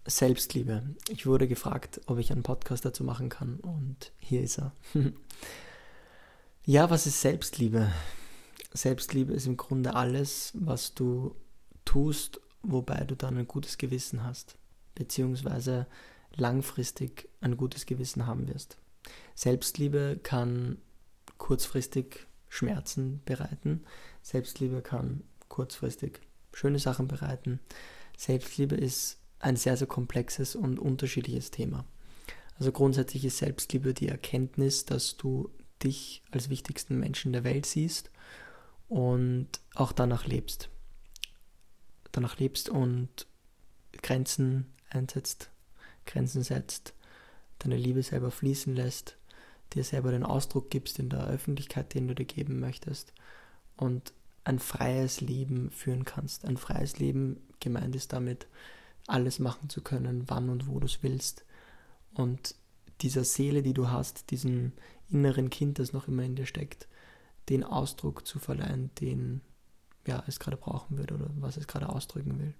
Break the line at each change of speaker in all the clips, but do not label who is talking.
Selbstliebe. Ich wurde gefragt, ob ich einen Podcast dazu machen kann und hier ist er. Ja, was ist Selbstliebe? Selbstliebe ist im Grunde alles, was du tust, wobei du dann ein gutes Gewissen hast, beziehungsweise langfristig ein gutes Gewissen haben wirst. Selbstliebe kann kurzfristig Schmerzen bereiten. Selbstliebe kann kurzfristig schöne Sachen bereiten. Selbstliebe ist ein sehr, sehr komplexes und unterschiedliches Thema. Also grundsätzlich ist Selbstliebe die Erkenntnis, dass du dich als wichtigsten Menschen der Welt siehst und auch danach lebst. Danach lebst und Grenzen einsetzt, Grenzen setzt, deine Liebe selber fließen lässt, dir selber den Ausdruck gibst in der Öffentlichkeit, den du dir geben möchtest und ein freies Leben führen kannst. Ein freies Leben, gemeint ist damit, alles machen zu können, wann und wo du es willst. Und dieser Seele, die du hast, diesem inneren Kind, das noch immer in dir steckt, den Ausdruck zu verleihen, den es gerade brauchen würde oder was es gerade ausdrücken will.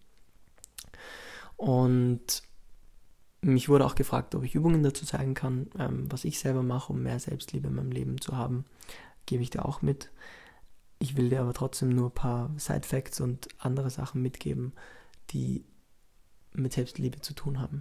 Und mich wurde auch gefragt, ob ich Übungen dazu zeigen kann, was ich selber mache, um mehr Selbstliebe in meinem Leben zu haben. Gebe ich dir auch mit. Ich will dir aber trotzdem nur ein paar Side-Facts und andere Sachen mitgeben, die mit Selbstliebe zu tun haben.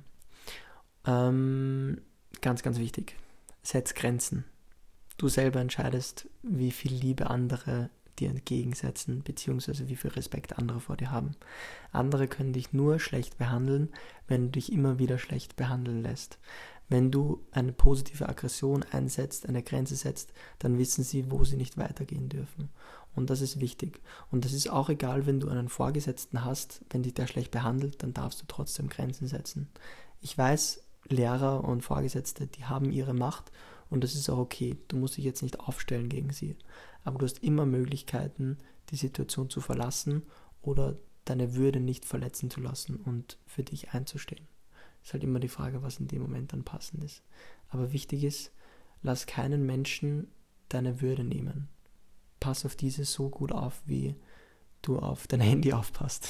Ganz, ganz wichtig. Setz Grenzen. Du selber entscheidest, wie viel Liebe andere dir entgegensetzen, beziehungsweise wie viel Respekt andere vor dir haben. Andere können dich nur schlecht behandeln, wenn du dich immer wieder schlecht behandeln lässt. Wenn du eine positive Aggression einsetzt, eine Grenze setzt, dann wissen sie, wo sie nicht weitergehen dürfen. Und das ist wichtig. Und das ist auch egal, wenn du einen Vorgesetzten hast, wenn dich der schlecht behandelt, dann darfst du trotzdem Grenzen setzen. Ich weiß, Lehrer und Vorgesetzte, die haben ihre Macht und das ist auch okay. Du musst dich jetzt nicht aufstellen gegen sie. Aber du hast immer Möglichkeiten, die Situation zu verlassen oder deine Würde nicht verletzen zu lassen und für dich einzustehen. Ist halt immer die Frage, was in dem Moment dann passend ist. Aber wichtig ist, lass keinen Menschen deine Würde nehmen. Pass auf diese so gut auf, wie du auf dein Handy aufpasst.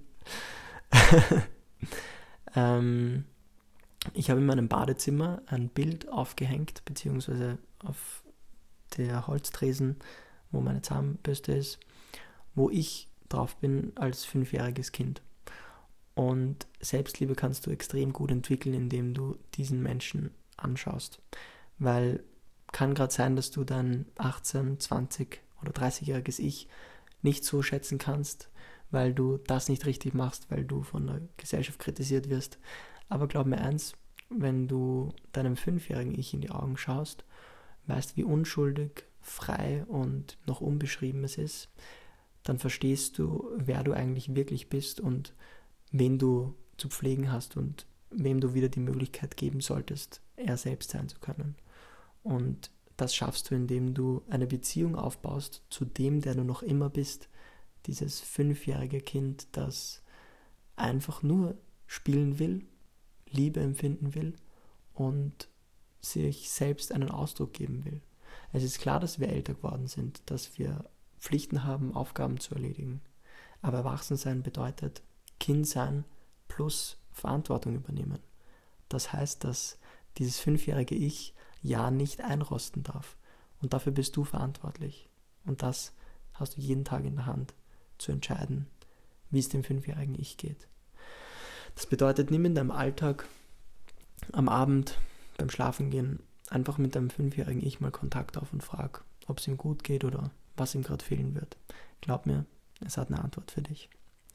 Ich habe in meinem Badezimmer ein Bild aufgehängt, beziehungsweise auf der Holztresen, wo meine Zahnbürste ist, wo ich drauf bin als 5-jähriges Kind. Und Selbstliebe kannst du extrem gut entwickeln, indem du diesen Menschen anschaust. Weil kann gerade sein, dass du dein 18, 20 oder 30-jähriges Ich nicht so schätzen kannst, weil du das nicht richtig machst, weil du von der Gesellschaft kritisiert wirst. Aber glaub mir eins, wenn du deinem 5-jährigen Ich in die Augen schaust, weißt, wie unschuldig, frei und noch unbeschrieben es ist, dann verstehst du, wer du eigentlich wirklich bist und wen du zu pflegen hast und wem du wieder die Möglichkeit geben solltest, er selbst sein zu können. Und das schaffst du, indem du eine Beziehung aufbaust zu dem, der du noch immer bist. Dieses 5-jährige Kind, das einfach nur spielen will, Liebe empfinden will und sich selbst einen Ausdruck geben will. Es ist klar, dass wir älter geworden sind, dass wir Pflichten haben, Aufgaben zu erledigen. Aber Erwachsensein bedeutet Kind sein plus Verantwortung übernehmen. Das heißt, dass dieses 5-jährige Ich ja nicht einrosten darf. Und dafür bist du verantwortlich. Und das hast du jeden Tag in der Hand, zu entscheiden, wie es dem 5-jährigen Ich geht. Das bedeutet, nimm in deinem Alltag am Abend beim Schlafengehen einfach mit deinem 5-jährigen Ich mal Kontakt auf und frag, ob es ihm gut geht oder was ihm gerade fehlen wird. Glaub mir, es hat eine Antwort für dich.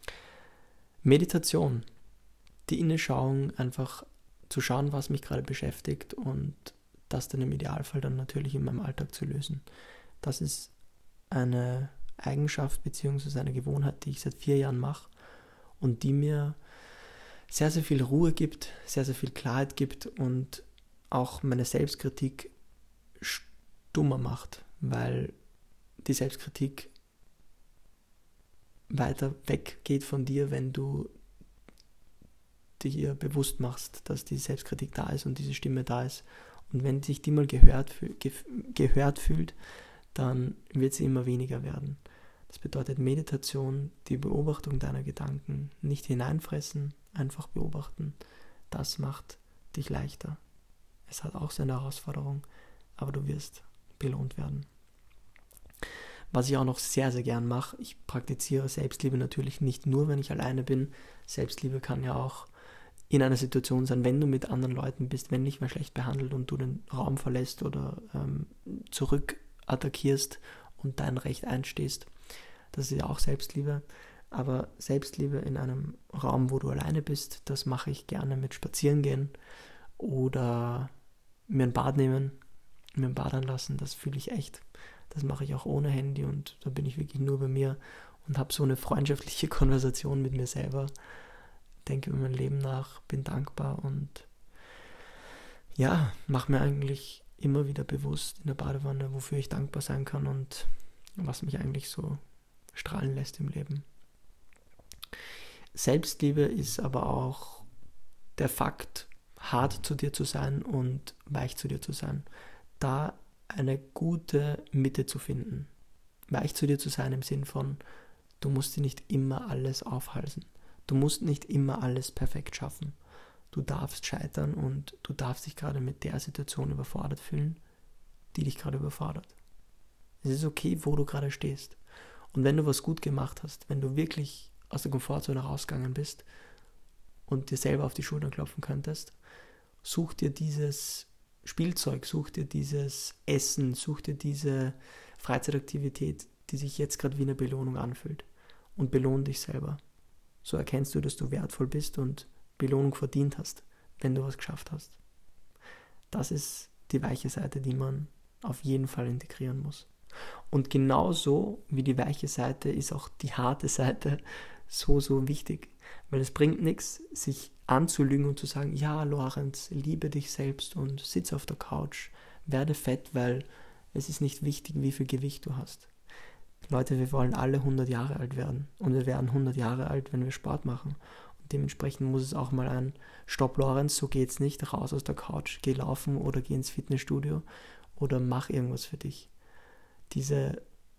Meditation. Die Innenschauung, einfach zu schauen, was mich gerade beschäftigt und das dann im Idealfall dann natürlich in meinem Alltag zu lösen. Das ist eine Eigenschaft bzw. eine Gewohnheit, die ich seit 4 Jahren mache und die mir sehr, sehr viel Ruhe gibt, sehr, sehr viel Klarheit gibt und auch meine Selbstkritik stummer macht, weil die Selbstkritik weiter weggeht von dir, wenn du dir bewusst machst, dass die Selbstkritik da ist und diese Stimme da ist. Und wenn sich die mal gehört fühlt, dann wird sie immer weniger werden. Das bedeutet Meditation, die Beobachtung deiner Gedanken, nicht hineinfressen, einfach beobachten, das macht dich leichter. Es hat auch seine Herausforderung, aber du wirst belohnt werden. Was ich auch noch sehr, sehr gern mache, ich praktiziere Selbstliebe natürlich nicht nur, wenn ich alleine bin. Selbstliebe kann ja auch in einer Situation sein, wenn du mit anderen Leuten bist, wenn dich wer schlecht behandelt und du den Raum verlässt oder zurück attackierst und dein Recht einstehst. Das ist ja auch Selbstliebe. Aber Selbstliebe in einem Raum, wo du alleine bist, das mache ich gerne mit Spazierengehen oder mir ein Bad nehmen, mir ein Bad anlassen. Das fühle ich echt. Das mache ich auch ohne Handy und da bin ich wirklich nur bei mir und habe so eine freundschaftliche Konversation mit mir selber. Denke über mein Leben nach, bin dankbar und ja, mache mir eigentlich immer wieder bewusst in der Badewanne, wofür ich dankbar sein kann und was mich eigentlich so strahlen lässt im Leben. Selbstliebe ist aber auch der Fakt, hart zu dir zu sein und weich zu dir zu sein. Da eine gute Mitte zu finden. Weich zu dir zu sein im Sinn von, du musst dir nicht immer alles aufhalsen. Du musst nicht immer alles perfekt schaffen. Du darfst scheitern und du darfst dich gerade mit der Situation überfordert fühlen, die dich gerade überfordert. Es ist okay, wo du gerade stehst. Und wenn du was gut gemacht hast, wenn du wirklich aus der Komfortzone rausgegangen bist und dir selber auf die Schultern klopfen könntest, such dir dieses Spielzeug, such dir dieses Essen, such dir diese Freizeitaktivität, die sich jetzt gerade wie eine Belohnung anfühlt und belohn dich selber. So erkennst du, dass du wertvoll bist und Belohnung verdient hast, wenn du was geschafft hast. Das ist die weiche Seite, die man auf jeden Fall integrieren muss. Und genauso wie die weiche Seite ist auch die harte Seite so wichtig, weil es bringt nichts, sich anzulügen und zu sagen, ja, Lorenz, liebe dich selbst und sitz auf der Couch, werde fett, weil es ist nicht wichtig, wie viel Gewicht du hast. Leute, wir wollen alle 100 Jahre alt werden und wir werden 100 Jahre alt, wenn wir Sport machen. Und dementsprechend muss es auch mal ein Stopp, Lorenz, so geht's nicht, raus aus der Couch, geh laufen oder geh ins Fitnessstudio oder mach irgendwas für dich. Dieser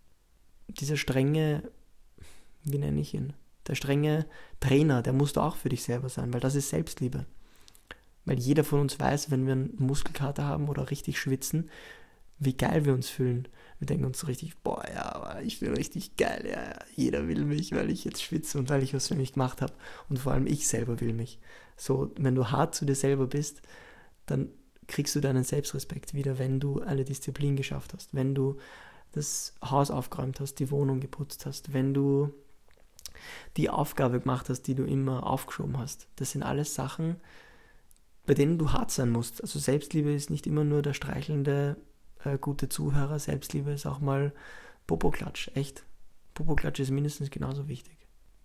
strenge, wie nenne ich ihn? Der strenge Trainer, der musst du auch für dich selber sein, weil das ist Selbstliebe. Weil jeder von uns weiß, wenn wir einen Muskelkater haben oder richtig schwitzen, wie geil wir uns fühlen. Wir denken uns so richtig, boah, ja, ich bin richtig geil, ja, jeder will mich, weil ich jetzt schwitze und weil ich was für mich gemacht habe. Und vor allem ich selber will mich. So, wenn du hart zu dir selber bist, dann kriegst du deinen Selbstrespekt wieder, wenn du eine Disziplin geschafft hast, wenn du das Haus aufgeräumt hast, die Wohnung geputzt hast, wenn du die Aufgabe gemacht hast, die du immer aufgeschoben hast. Das sind alles Sachen, bei denen du hart sein musst. Also Selbstliebe ist nicht immer nur der streichelnde, gute Zuhörer. Selbstliebe ist auch mal Popoklatsch, echt. Popoklatsch ist mindestens genauso wichtig.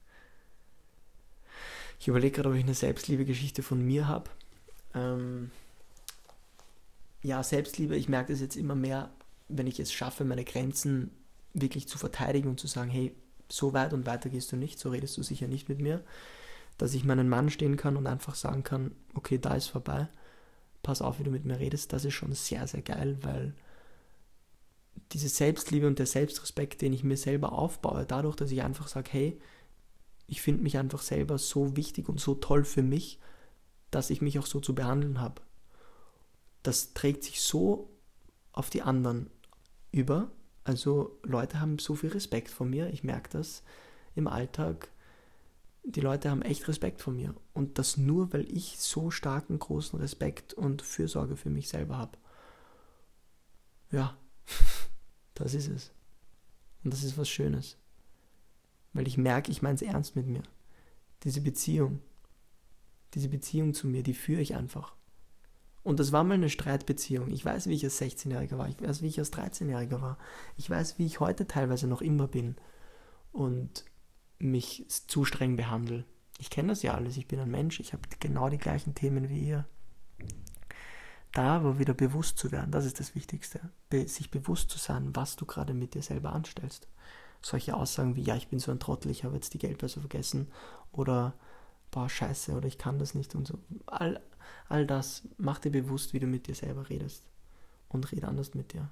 Ich überlege gerade, ob ich eine Selbstliebe-Geschichte von mir habe. Ja, Selbstliebe, ich merke das jetzt immer mehr, wenn ich es schaffe, meine Grenzen wirklich zu verteidigen und zu sagen, hey, so weit und weiter gehst du nicht, so redest du sicher nicht mit mir, dass ich meinen Mann stehen kann und einfach sagen kann, okay, da ist vorbei, pass auf, wie du mit mir redest, das ist schon sehr, sehr geil, weil diese Selbstliebe und der Selbstrespekt, den ich mir selber aufbaue, dadurch, dass ich einfach sage, hey, ich finde mich einfach selber so wichtig und so toll für mich, dass ich mich auch so zu behandeln habe. Das trägt sich so auf die anderen über. Also Leute haben so viel Respekt vor mir. Ich merke das im Alltag. Die Leute haben echt Respekt vor mir. Und das nur, weil ich so starken, großen Respekt und Fürsorge für mich selber habe. Ja, das ist es. Und das ist was Schönes. Weil ich merke, ich meine es ernst mit mir. Diese Beziehung zu mir, die führe ich einfach. Und das war mal eine Streitbeziehung. Ich weiß, wie ich als 16-Jähriger war. Ich weiß, wie ich als 13-Jähriger war. Ich weiß, wie ich heute teilweise noch immer bin. Und mich zu streng behandle. Ich kenne das ja alles. Ich bin ein Mensch. Ich habe genau die gleichen Themen wie ihr. Da aber wieder bewusst zu werden, das ist das Wichtigste. Sich bewusst zu sein, was du gerade mit dir selber anstellst. Solche Aussagen wie, ja, ich bin so ein Trottel, ich habe jetzt die Geldbörse vergessen. Oder, boah, scheiße, oder ich kann das nicht und so. All das, mach dir bewusst, wie du mit dir selber redest. Und red anders mit dir.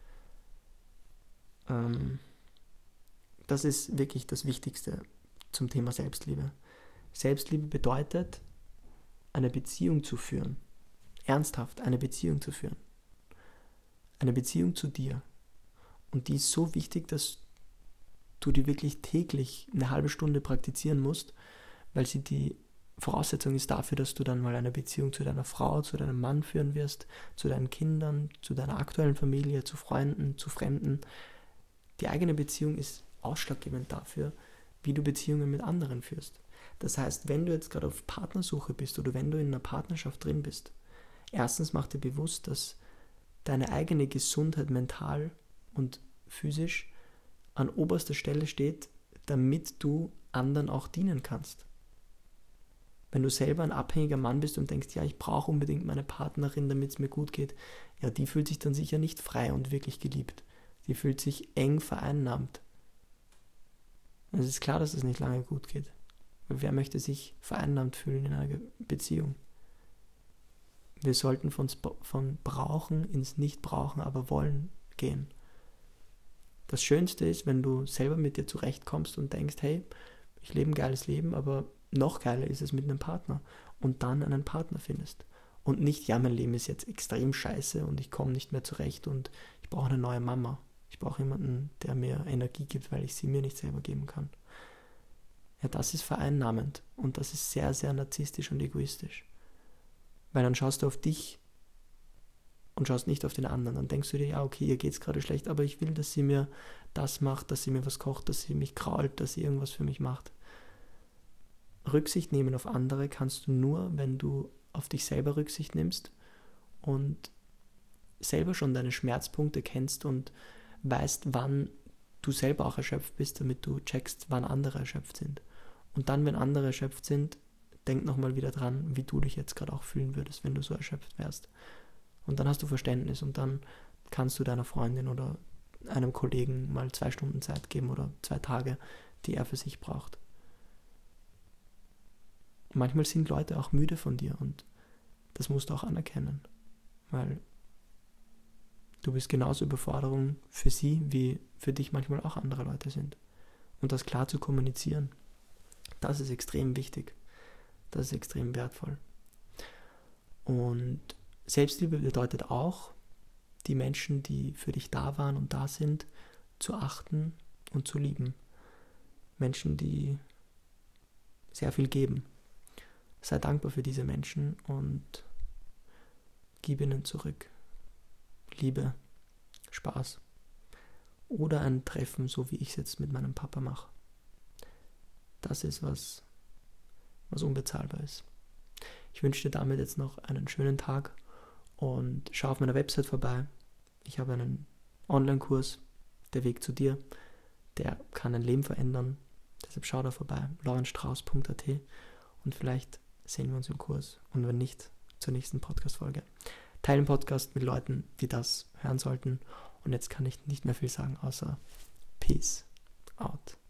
Das ist wirklich das Wichtigste zum Thema Selbstliebe. Selbstliebe bedeutet, eine Beziehung zu führen, ernsthaft eine Beziehung zu führen, eine Beziehung zu dir, und die ist so wichtig, dass du die wirklich täglich eine halbe Stunde praktizieren musst, weil sie die Voraussetzung ist dafür, dass du dann mal eine Beziehung zu deiner Frau, zu deinem Mann führen wirst, zu deinen Kindern, zu deiner aktuellen Familie, zu Freunden, zu Fremden. Die eigene Beziehung ist ausschlaggebend dafür, wie du Beziehungen mit anderen führst. Das heißt, wenn du jetzt gerade auf Partnersuche bist oder wenn du in einer Partnerschaft drin bist, erstens mach dir bewusst, dass deine eigene Gesundheit mental und physisch an oberster Stelle steht, damit du anderen auch dienen kannst. Wenn du selber ein abhängiger Mann bist und denkst, ja, ich brauche unbedingt meine Partnerin, damit es mir gut geht, ja, die fühlt sich dann sicher nicht frei und wirklich geliebt. Die fühlt sich eng vereinnahmt. Und es ist klar, dass es nicht lange gut geht. Weil wer möchte sich vereinnahmt fühlen in einer Beziehung? Wir sollten von Brauchen ins Nicht-Brauchen, aber Wollen gehen. Das Schönste ist, wenn du selber mit dir zurechtkommst und denkst, hey, ich lebe ein geiles Leben, aber noch geiler ist es mit einem Partner, und dann einen Partner findest. Und nicht, ja, mein Leben ist jetzt extrem scheiße und ich komme nicht mehr zurecht und ich brauche eine neue Mama. Ich brauche jemanden, der mir Energie gibt, weil ich sie mir nicht selber geben kann. Ja, das ist vereinnahmend und das ist sehr, sehr narzisstisch und egoistisch. Weil dann schaust du auf dich und schaust nicht auf den anderen. Dann denkst du dir, ja, okay, ihr geht's gerade schlecht, aber ich will, dass sie mir das macht, dass sie mir was kocht, dass sie mich krault, dass sie irgendwas für mich macht. Rücksicht nehmen auf andere kannst du nur, wenn du auf dich selber Rücksicht nimmst und selber schon deine Schmerzpunkte kennst und weißt, wann du selber auch erschöpft bist, damit du checkst, wann andere erschöpft sind. Und dann, wenn andere erschöpft sind, denk nochmal wieder dran, wie du dich jetzt gerade auch fühlen würdest, wenn du so erschöpft wärst. Und dann hast du Verständnis und dann kannst du deiner Freundin oder einem Kollegen mal 2 Stunden Zeit geben oder 2 Tage, die er für sich braucht. Manchmal sind Leute auch müde von dir und das musst du auch anerkennen, weil du bist genauso Überforderung für sie, wie für dich manchmal auch andere Leute sind. Und das klar zu kommunizieren, das ist extrem wichtig, das ist extrem wertvoll. Und Selbstliebe bedeutet auch, die Menschen, die für dich da waren und da sind, zu achten und zu lieben. Menschen, die sehr viel geben. Sei dankbar für diese Menschen und gib ihnen zurück. Liebe, Spaß oder ein Treffen, so wie ich es jetzt mit meinem Papa mache. Das ist was unbezahlbar ist. Ich wünsche dir damit jetzt noch einen schönen Tag und schau auf meiner Website vorbei. Ich habe einen Online-Kurs, der Weg zu dir, der kann ein Leben verändern. Deshalb schau da vorbei, laurenstrauß.at, und vielleicht sehen wir uns im Kurs und wenn nicht, zur nächsten Podcast-Folge. Teile den Podcast mit Leuten, die das hören sollten, und jetzt kann ich nicht mehr viel sagen, außer Peace out.